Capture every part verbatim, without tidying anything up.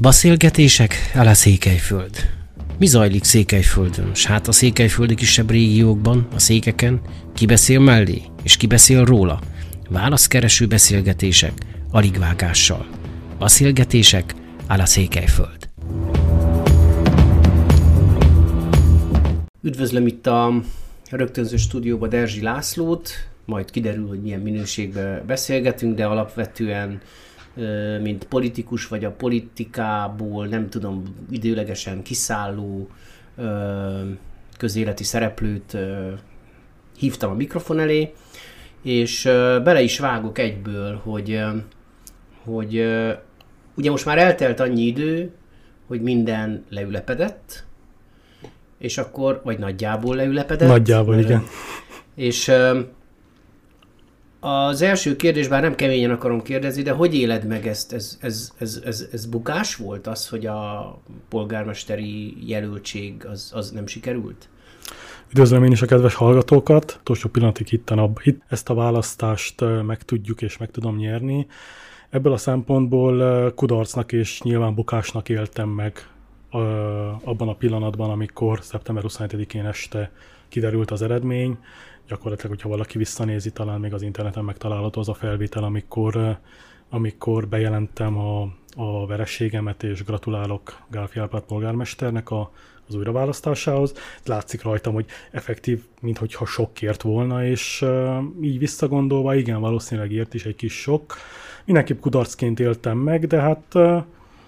Beszélgetések a Székelyföld. Mi zajlik Székelyföldön, s hát a székelyföldi kisebb régiókban, a székeken, ki beszél mellé, és ki beszél róla? Válaszkereső beszélgetések, aligvágással. Beszélgetések a Székelyföld. Üdvözlöm itt a rögtönző stúdióban Derzsi Lászlót, majd kiderül, hogy milyen minőségben beszélgetünk, de alapvetően mint politikus, vagy a politikából, nem tudom, időlegesen kiszálló közéleti szereplőt hívtam a mikrofon elé, és bele is vágok egyből, hogy, hogy ugye most már eltelt annyi idő, hogy minden leülepedett, és akkor, vagy nagyjából leülepedett. Nagyjából, mert, igen. És az első kérdés, bár nem keményen akarom kérdezni, de hogy éled meg ezt? Ez, ez, ez, ez, ez bukás volt az, hogy a polgármesteri jelöltség az, az nem sikerült? Üdvözlöm én is a kedves hallgatókat. Utolsó pillanatig hittem abba. Ezt a választást meg tudjuk és meg tudom nyerni. Ebből a szempontból kudarcnak és nyilván bukásnak éltem meg abban a pillanatban, amikor szeptember huszonhetedikén este kiderült az eredmény. Gyakorlatilag, hogyha valaki visszanézi, talán még az interneten megtalálható az a felvétel, amikor, amikor bejelentem a, a vereségemet, és gratulálok Gálfi Árpád polgármesternek a, az újraválasztásához. Látszik rajtam, hogy effektív, minthogyha sok ért volna, és uh, így visszagondolva, igen, valószínűleg ért is egy kis sok. Mindenképp kudarcként éltem meg, de hát uh,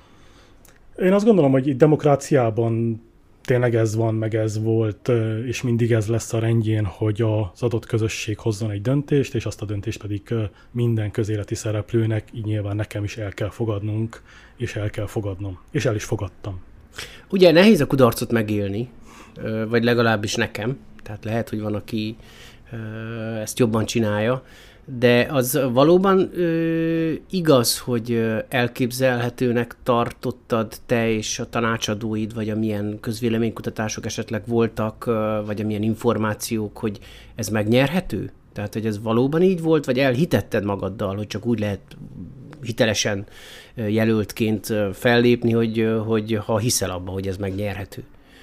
én azt gondolom, hogy itt demokráciában tényleg ez van, meg ez volt, és mindig ez lesz a rendjén, hogy az adott közösség hozzon egy döntést, és azt a döntést pedig minden közéleti szereplőnek, így nyilván nekem is el kell fogadnunk, és el kell fogadnom. És el is fogadtam. Ugye nehéz a kudarcot megélni, vagy legalábbis nekem, tehát lehet, hogy van, aki ezt jobban csinálja, de az valóban ö, igaz, hogy elképzelhetőnek tartottad te és a tanácsadóid, vagy amilyen közvéleménykutatások esetleg voltak, vagy amilyen információk, hogy ez megnyerhető? Tehát, hogy ez valóban így volt, vagy elhitetted magaddal, hogy csak úgy lehet hitelesen jelöltként fellépni, hogy, hogy ha hiszel abba, hogy ez megnyerhető?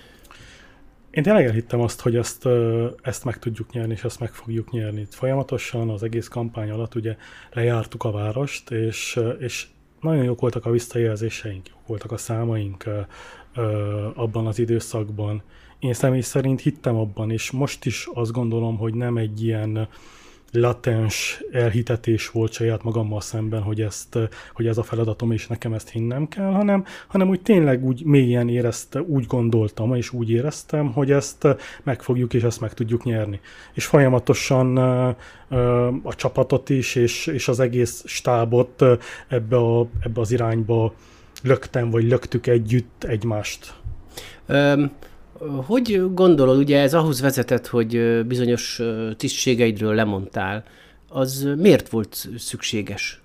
Én tényleg elhittem azt, hogy ezt, ezt meg tudjuk nyerni, és ezt meg fogjuk nyerni. Folyamatosan az egész kampány alatt ugye lejártuk a várost, és, és nagyon jók voltak a visszajelzéseink, jók voltak a számaink abban az időszakban. Én személy szerint hittem abban, és most is azt gondolom, hogy nem egy ilyen latens elhitetés volt saját magammal szemben, hogy, ezt, hogy ez a feladatom, és nekem ezt hinnem kell, hanem, hanem úgy tényleg úgy mélyen érezte, úgy gondoltam, és úgy éreztem, hogy ezt megfogjuk, és ezt meg tudjuk nyerni. És folyamatosan a csapatot is, és, és az egész stábot ebbe, a, ebbe az irányba löktem, vagy löktük együtt egymást. Um. Hogy gondolod, ugye ez ahhoz vezetett, hogy bizonyos tisztségeidről lemondtál, az miért volt szükséges?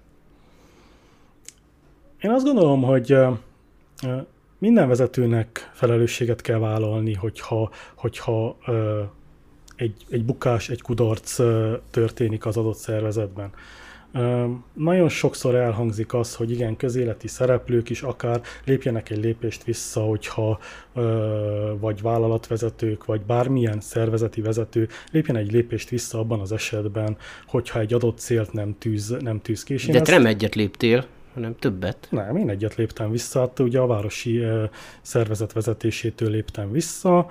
Én azt gondolom, hogy minden vezetőnek felelősséget kell vállalni, hogyha, hogyha egy, egy bukás, egy kudarc történik az adott szervezetben. Nagyon sokszor elhangzik az, hogy igen, közéleti szereplők is akár lépjenek egy lépést vissza, hogyha vagy vállalatvezetők, vagy bármilyen szervezeti vezető lépjen egy lépést vissza abban az esetben, hogyha egy adott célt nem tűz, nem tűz ki. De te nem egyet léptél, hanem többet. Nem, én egyet léptem vissza, hát ugye a városi szervezet vezetésétől léptem vissza.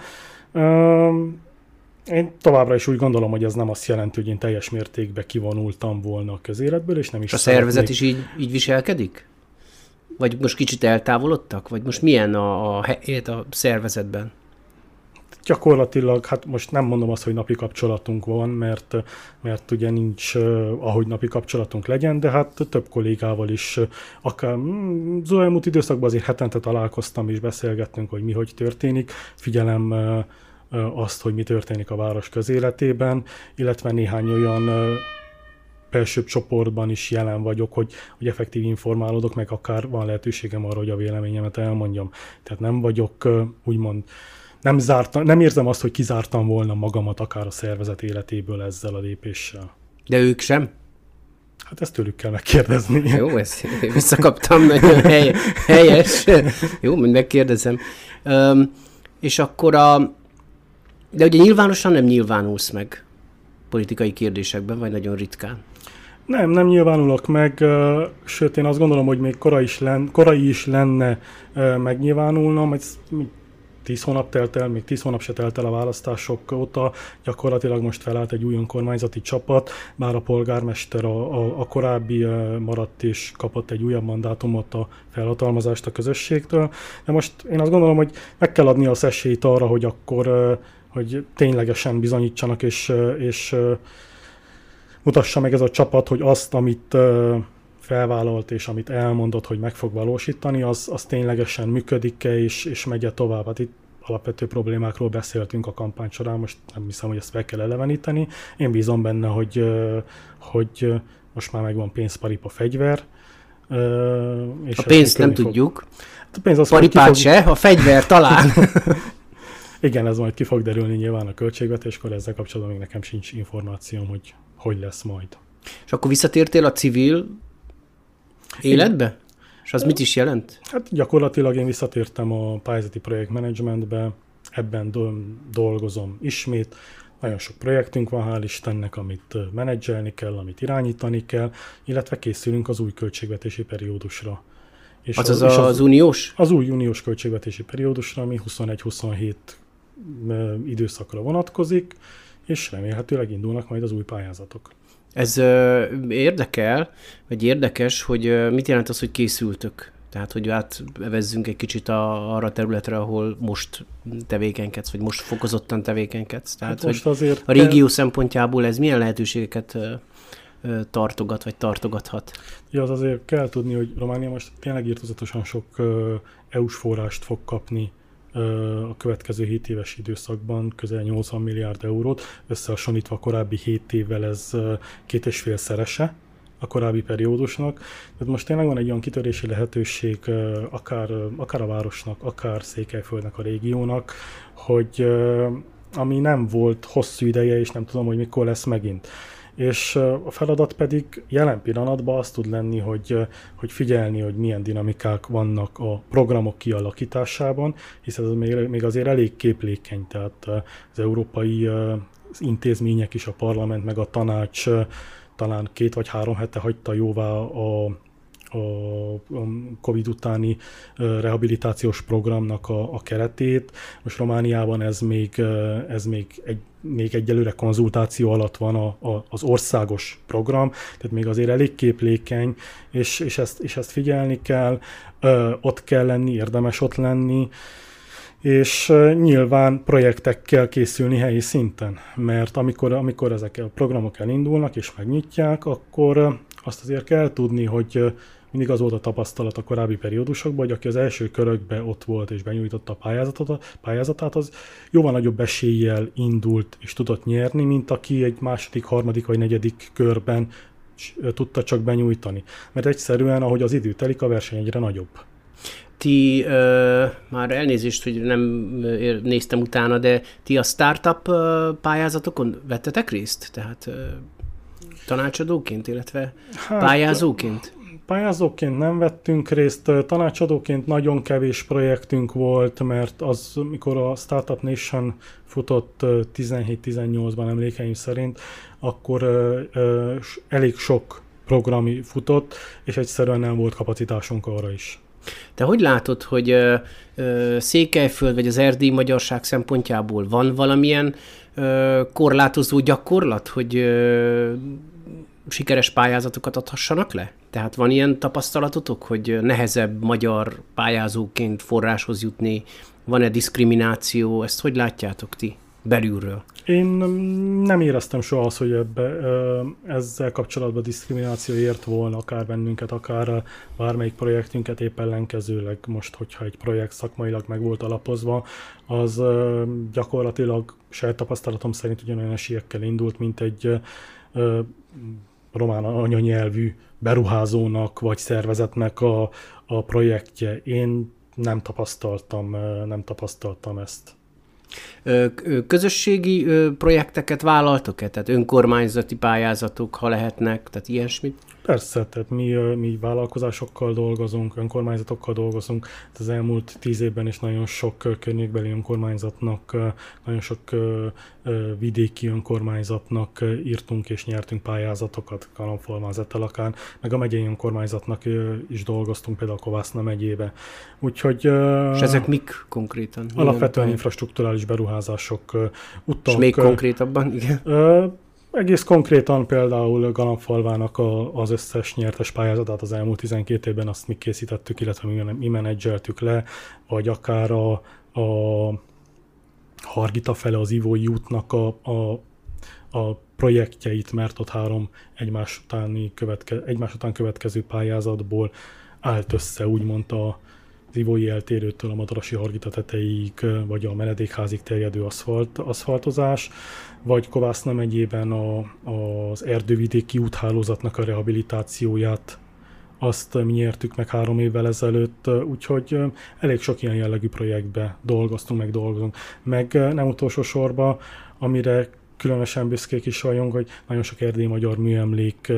Én továbbra is úgy gondolom, hogy ez nem azt jelenti, hogy én teljes mértékben kivonultam volna a közéletből, és nem is a szervezet is így, így viselkedik? Vagy most kicsit eltávolodtak? Vagy most milyen a, a helyet a szervezetben? Gyakorlatilag, hát most nem mondom azt, hogy napi kapcsolatunk van, mert, mert ugye nincs, ahogy napi kapcsolatunk legyen, de hát több kollégával is, akár az elmúlt időszakban azért hetente találkoztam, és beszélgettünk, hogy mi hogy történik. Figyelem azt, hogy mi történik a város közéletében, illetve néhány olyan belsőbb csoportban is jelen vagyok, hogy, hogy effektív informálódok, meg akár van lehetőségem arra, hogy a véleményemet elmondjam. Tehát nem vagyok, úgymond, nem, zártam, nem érzem azt, hogy kizártam volna magamat akár a szervezet életéből ezzel a lépéssel. De ők sem? Hát ezt tőlük kell megkérdezni. Jó, ezt visszakaptam, nagyon hely, helyes. Jó, mind megkérdezem. Um, és akkor a... De ugye nyilvánosan nem nyilvánulsz meg politikai kérdésekben, vagy nagyon ritkán? Nem, nem nyilvánulok meg, sőt én azt gondolom, hogy még korai is, len, korai is lenne megnyilvánulnom, hogy tíz hónap telt el, még tíz hónap se telt el a választások óta, gyakorlatilag most felállt egy új önkormányzati csapat, bár a polgármester a, a, a korábbi maradt és kapott egy újabb mandátumot, a felhatalmazást a közösségtől, de most én azt gondolom, hogy meg kell adni az esélyt arra, hogy akkor hogy ténylegesen bizonyítsanak, és, és mutassa meg ez a csapat, hogy azt, amit felvállalt és amit elmondott, hogy meg fog valósítani, az, az ténylegesen működik-e és, és megy tovább. Hát itt alapvető problémákról beszéltünk a kampány során, most nem hiszem, hogy ezt fel kell eleveníteni. Én bízom benne, hogy, hogy most már megvan pénzparipa fegyver. És a pénzt nem fog. Tudjuk. Hát a pénz Paripát fog... se, a fegyver talán. Igen, ez majd ki fog derülni nyilván a költségvetéskor, ezzel kapcsolatban még nekem sincs információm, hogy hogy lesz majd. És akkor visszatértél a civil életbe? Igen. És az mit is jelent? Hát gyakorlatilag én visszatértem a pályázati projektmenedzsmentbe, ebben dolgozom ismét. Nagyon sok projektünk van, hál' Istennek, amit menedzselni kell, amit irányítani kell, illetve készülünk az új költségvetési periódusra. És az az, az, az, az uniós? Az új uniós költségvetési periódusra, ami huszonegy huszonhét időszakra vonatkozik, és remélhetőleg indulnak majd az új pályázatok. Ez ö, érdekel, vagy érdekes, hogy ö, mit jelent az, hogy készültök? Tehát, hogy átvezzünk egy kicsit a, arra a területre, ahol most tevékenykedsz, vagy most fokozottan tevékenykedsz. Tehát, hát most azért a régió te... szempontjából ez milyen lehetőségeket ö, ö, tartogat, vagy tartogathat? Ja, az azért kell tudni, hogy Románia most tényleg írtózatosan sok ö, é u-s forrást fog kapni a következő hét éves időszakban, közel nyolcvan milliárd eurót, összehasonlítva a korábbi hét évvel ez két és fél szerese a korábbi periódusnak. Tehát most tényleg van egy olyan kitörési lehetőség akár, akár a városnak, akár Székelyföldnek, a régiónak, hogy ami nem volt hosszú ideje, és nem tudom, hogy mikor lesz megint. És a feladat pedig jelen pillanatban az tud lenni, hogy, hogy figyelni, hogy milyen dinamikák vannak a programok kialakításában, hiszen ez még, még azért elég képlékeny, tehát az európai az intézmények is, a parlament meg a tanács talán két vagy három hete hagyta jóvá a, a Covid utáni rehabilitációs programnak a, a keretét. Most Romániában ez még, ez még egy még egyelőre konzultáció alatt van a, a, az országos program, tehát még azért elég képlékeny, és, és, ezt, és ezt figyelni kell, ö, ott kell lenni, érdemes ott lenni, és ö, nyilván projektekkel készülni helyi szinten, mert amikor, amikor ezek a programok elindulnak és megnyitják, akkor ö, azt azért kell tudni, hogy ö, mindig az volt a tapasztalat a korábbi periódusokban, hogy aki az első körökben ott volt és benyújtotta a pályázatot, pályázatát, az jóval nagyobb eséllyel indult és tudott nyerni, mint aki egy második, harmadik vagy negyedik körben tudta csak benyújtani. Mert egyszerűen, ahogy az idő telik, a verseny egyre nagyobb. Ti, ö, már elnézést, hogy nem néztem utána, de ti a startup pályázatokon vettetek részt? Tehát ö, tanácsadóként, illetve hát, pályázóként? Pályázóként nem vettünk részt, tanácsadóként nagyon kevés projektünk volt, mert az, mikor a Startup Nation futott tizenhét-tizennyolcban emlékeim szerint, akkor ö, ö, elég sok program futott, és egyszerűen nem volt kapacitásunk arra is. Te hogy látod, hogy ö, ö, Székelyföld vagy az erdélyi magyarság szempontjából van valamilyen ö, korlátozó gyakorlat, hogy ö, sikeres pályázatokat adhassanak le? Tehát van ilyen tapasztalatotok, hogy nehezebb magyar pályázóként forráshoz jutni? Van-e diszkrimináció? Ezt hogy látjátok ti belülről? Én nem éreztem soha azt, hogy ebbe, ezzel kapcsolatban diszkrimináció ért volna akár bennünket, akár bármelyik projektünket, épp ellenkezőleg most, hogyha egy projekt szakmailag meg volt alapozva, az gyakorlatilag saját tapasztalatom szerint ugyanolyan esélyekkel indult, mint egy román anyanyelvű beruházónak vagy szervezetnek a, a projektje. Én nem tapasztaltam, nem tapasztaltam ezt. Közösségi projekteket vállaltok-e? Tehát önkormányzati pályázatok, ha lehetnek, tehát ilyesmit? Persze, tehát mi, mi vállalkozásokkal dolgozunk, önkormányzatokkal dolgozunk. Az elmúlt tíz évben is nagyon sok környékbeli önkormányzatnak, nagyon sok vidéki önkormányzatnak írtunk és nyertünk pályázatokat, Galamfalván, Zetelakán, meg a megyei önkormányzatnak is dolgoztunk, például Kovászna megyébe. Úgyhogy... És ezek mik konkrétan? Alapvetően infrastrukturális beruházások, utak... És még konkrétabban, igen? Egész konkrétan például Galamfalvának a, az összes nyertes pályázatát az elmúlt tizenkét évben azt mi készítettük, illetve mi, mi menedzseltük le, vagy akár a, a Hargita fele az Ivói útnak a, a, a projektjeit, mert ott három egymás, utáni követke, egymás után következő pályázatból állt össze, úgymond a az Ivói eltérőtől a Madarasi Hargita tetejéig, vagy a menedékházig terjedő aszfalt, aszfaltozás, vagy Kovászna megyében a, az erdővidéki úthálózatnak a rehabilitációját, azt mi nyertük meg három évvel ezelőtt, úgyhogy elég sok ilyen jellegű projektbe dolgoztunk, meg dolgozunk. Meg nem utolsó sorban, amire különösen büszkék is vagyunk, hogy nagyon sok erdélyi magyar műemlék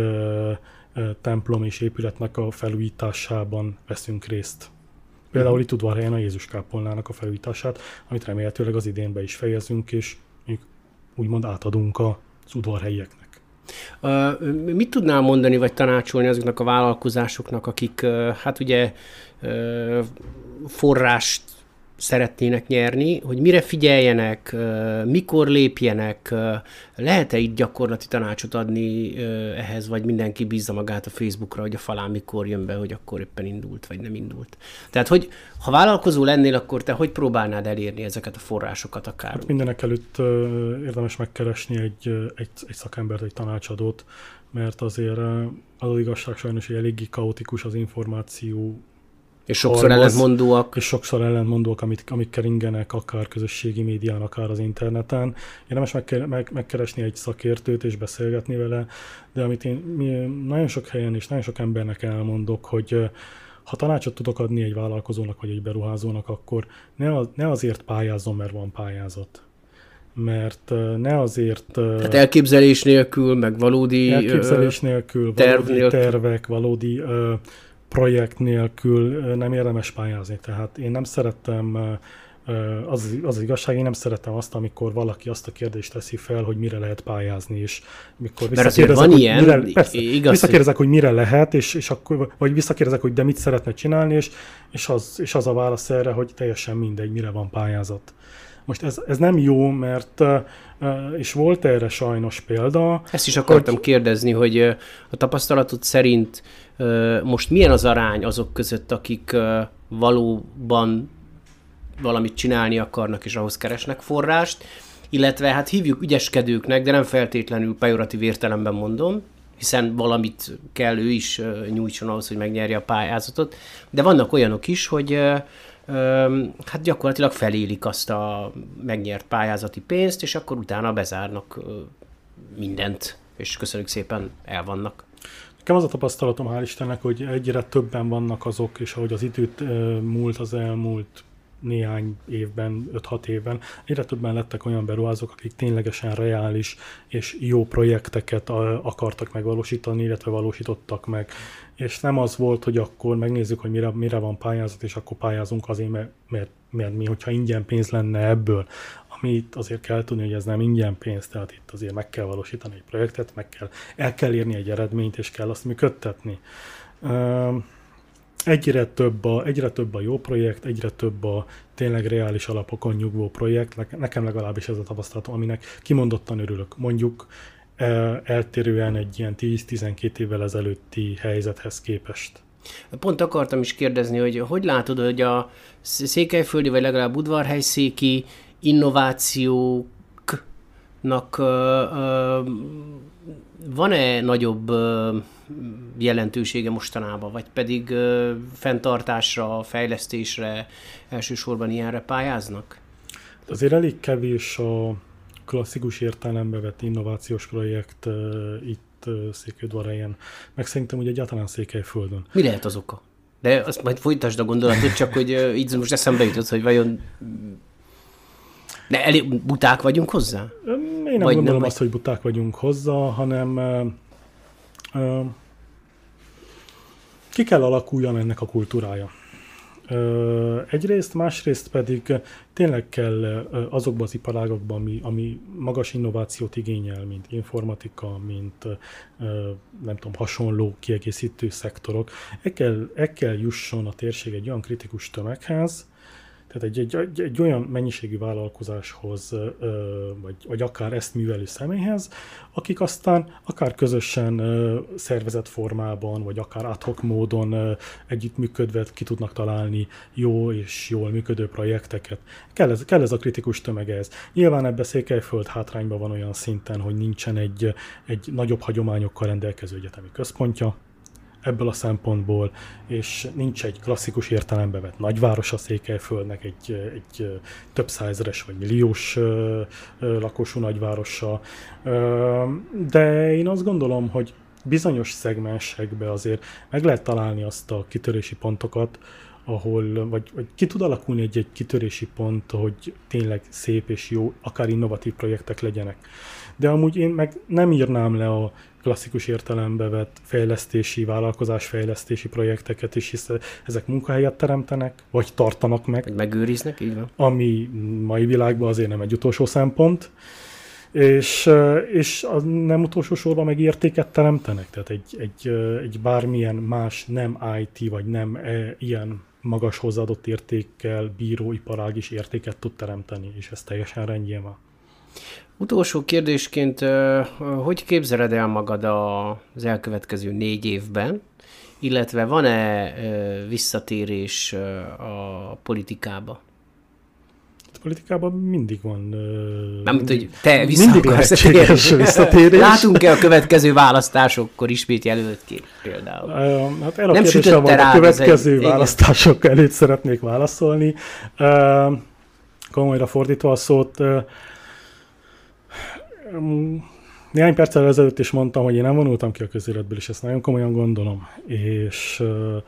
templom és épületnek a felújításában veszünk részt. Például itt Udvarhelyen a Jézus kápolnának a felújítását, amit remélhetőleg az idén be is fejezünk, és úgymond átadunk az udvarhelyieknek. Uh, mit tudnál mondani, vagy tanácsolni azoknak a vállalkozásoknak, akik uh, hát ugye uh, forrást szeretnének nyerni, hogy mire figyeljenek, uh, mikor lépjenek, uh, lehet-e itt gyakorlati tanácsot adni uh, ehhez, vagy mindenki bízza magát a Facebookra, hogy a falán mikor jön be, hogy akkor éppen indult, vagy nem indult. Tehát, hogy ha vállalkozó lennél, akkor te hogy próbálnád elérni ezeket a forrásokat akár? Hát mindenek előtt uh, érdemes megkeresni egy, egy, egy szakembert, egy tanácsadót, mert azért uh, az, az igazság sajnos, hogy eléggé kaotikus az információ. És sokszor ellentmondóak. És sokszor ellentmondóak, amit, amik keringenek, akár közösségi médián, akár az interneten. Érdemes meg, meg, megkeresni egy szakértőt és beszélgetni vele, de amit én mi, nagyon sok helyen és nagyon sok embernek elmondok, hogy ha tanácsot tudok adni egy vállalkozónak vagy egy beruházónak, akkor ne, az, ne azért pályázzon, mert van pályázat. Mert ne azért... Tehát elképzelés nélkül, meg valódi elképzelés nélkül, terv valódi nélkül. tervek, valódi projekt nélkül nem érdemes pályázni. Tehát én nem szerettem, az, az igazság, én nem szeretem azt, amikor valaki azt a kérdést teszi fel, hogy mire lehet pályázni, és mikor visszakérdezek, hogy ilyen, mire, persze, igaz, visszakérdezek, hogy mire lehet, és, és akkor, vagy visszakérdezek, hogy de mit szeretne csinálni, és, és, az, és az a válasz erre, hogy teljesen mindegy, mire van pályázat. Most ez, ez nem jó, mert és volt erre sajnos példa. Ezt is akartam hogy... kérdezni, hogy a tapasztalatod szerint most milyen az arány azok között, akik valóban valamit csinálni akarnak, és ahhoz keresnek forrást, illetve hát hívjuk ügyeskedőknek, de nem feltétlenül pejoratív értelemben mondom, hiszen valamit kell ő is nyújtson ahhoz, hogy megnyerje a pályázatot, de vannak olyanok is, hogy hát gyakorlatilag felélik azt a megnyert pályázati pénzt, és akkor utána bezárnak mindent, és köszönjük szépen, elvannak. Nekem az a tapasztalatom, hál' Istennek, hogy egyre többen vannak azok, és ahogy az időt múlt az elmúlt néhány évben, öt-hat évben, egyre többen lettek olyan beruházók, akik ténylegesen reális és jó projekteket akartak megvalósítani, illetve valósítottak meg. És nem az volt, hogy akkor megnézzük, hogy mire, mire van pályázat, és akkor pályázunk azért, mert, mert, mert mi, hogyha ingyen pénz lenne ebből, amit azért kell tudni, hogy ez nem ingyen pénz, tehát itt azért meg kell valósítani egy projektet, meg kell, el kell érni egy eredményt, és kell azt működtetni. Egyre több, a, egyre több a jó projekt, egyre több a tényleg reális alapokon nyugvó projekt, nekem legalábbis ez a tapasztalatom, aminek kimondottan örülök. Mondjuk eltérően egy ilyen tíz-tizenkét évvel ezelőtti helyzethez képest. Pont akartam is kérdezni, hogy hogy látod, hogy a székelyföldi, vagy legalább udvarhelyszéki innovációknak van-e nagyobb jelentősége mostanában, vagy pedig fenntartásra, fejlesztésre, elsősorban ilyenre pályáznak? Azért elég kevés a klasszikus értelembe vett innovációs projekt uh, itt uh, Székelyudvarhelyen, meg szerintem ugye egyáltalán Székelyföldön. Mi lehet az oka? De azt majd folytasd a gondolatot, csak hogy uh, így most eszembe jutott, hogy vajon... De elég buták vagyunk hozzá? Én nem Vagy gondolom nem azt, vagy... hogy buták vagyunk hozzá, hanem uh, uh, ki kell alakuljon ennek a kultúrája. Uh, egyrészt, másrészt pedig tényleg kell uh, azokban az iparágokban, ami, ami magas innovációt igényel, mint informatika, mint uh, nem tudom, hasonló kiegészítő szektorok. E kell, e kell jusson a térség egy olyan kritikus tömeghez, tehát egy, egy, egy, egy olyan mennyiségű vállalkozáshoz, vagy, vagy akár ezt művelő személyhez, akik aztán akár közösen szervezett formában, vagy akár ad hoc módon együttműködve ki tudnak találni jó és jól működő projekteket. Kell ez, kell ez a kritikus tömeg ez. Nyilván ebben Székelyföld hátrányban van olyan szinten, hogy nincsen egy, egy nagyobb hagyományokkal rendelkező egyetemi központja, ebből a szempontból, és nincs egy klasszikus értelembe vett nagyváros a Székelyföldnek, egy, egy több százezeres vagy milliós lakosú nagyvárosa. De én azt gondolom, hogy bizonyos szegmensekben azért meg lehet találni azt a kitörési pontokat, ahol, vagy, vagy ki tud alakulni egy, egy kitörési pont, hogy tényleg szép és jó, akár innovatív projektek legyenek. De amúgy én meg nem írnám le a klasszikus értelembe vett fejlesztési, vállalkozásfejlesztési projekteket is, hisz ezek munkahelyet teremtenek, vagy tartanak meg. Vagy megőriznek, így van. Ami mai világban azért nem egy utolsó szempont. És, és a nem utolsó sorban meg értéket teremtenek. Tehát egy, egy, egy bármilyen más nem i té, vagy nem e, ilyen magas hozzáadott értékkel bíró iparág is értéket tud teremteni, és ez teljesen rendjén van. Utolsó kérdésként, hogy képzeled el magad az elkövetkező négy évben, illetve van-e visszatérés a politikába? A politikában mindig van... Nem, mindig, hogy te vissza mindig lehetséges visszatérés. Látunk-e a következő választásokkor ismét jelöltként például? Hát erre a kérdésre van, a következő egy, választások igen. előtt szeretnék válaszolni. Komolyra fordítva a szót, néhány perccel ezelőtt is mondtam, hogy én nem vonultam ki a közéletből, és ezt nagyon komolyan gondolom. És,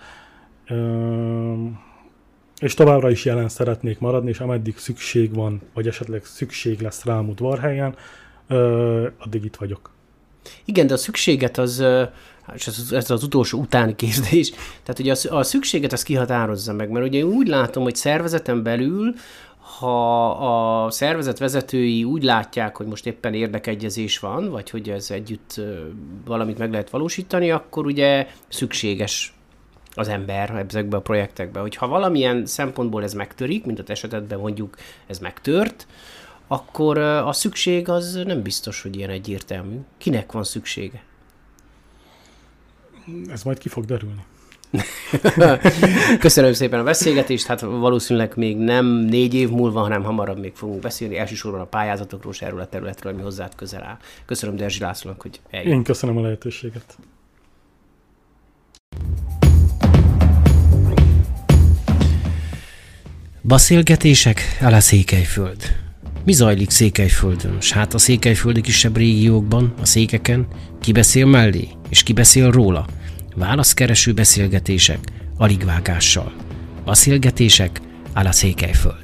és továbbra is jelen szeretnék maradni, és ameddig szükség van, vagy esetleg szükség lesz rám Udvarhelyen, addig itt vagyok. Igen, de a szükséget az, és ez, ez az utolsó utáni kérdés, tehát ugye a, a szükséget az kihatározza meg, mert ugye én úgy látom, hogy szervezeten belül, ha a szervezet vezetői úgy látják, hogy most éppen érdekegyezés van, vagy hogy ez együtt valamit meg lehet valósítani, akkor ugye szükséges az ember ezekben a projektekben. Hogyha valamilyen szempontból ez megtörik, mint a te esetedben mondjuk ez megtört, akkor a szükség az nem biztos, hogy ilyen egyértelmű. Kinek van szüksége? Ez majd ki fog derülni. Köszönöm szépen a beszélgetést, hát valószínűleg még nem négy év múlva, hanem hamarabb még fogunk beszélni, elsősorban a pályázatokról és erről a területről, ami hozzád közel áll. Köszönöm Derzsi Lászlónak, hogy eljött. Én köszönöm a lehetőséget. Beszélgetések a Székelyföld. Mi zajlik Székelyföldön, s hát a székelyföldi kisebb régiókban, a székeken, ki beszél mellé, és ki beszél róla? Válaszkereső beszélgetések aligvágással. Beszélgetések a Székelyföld.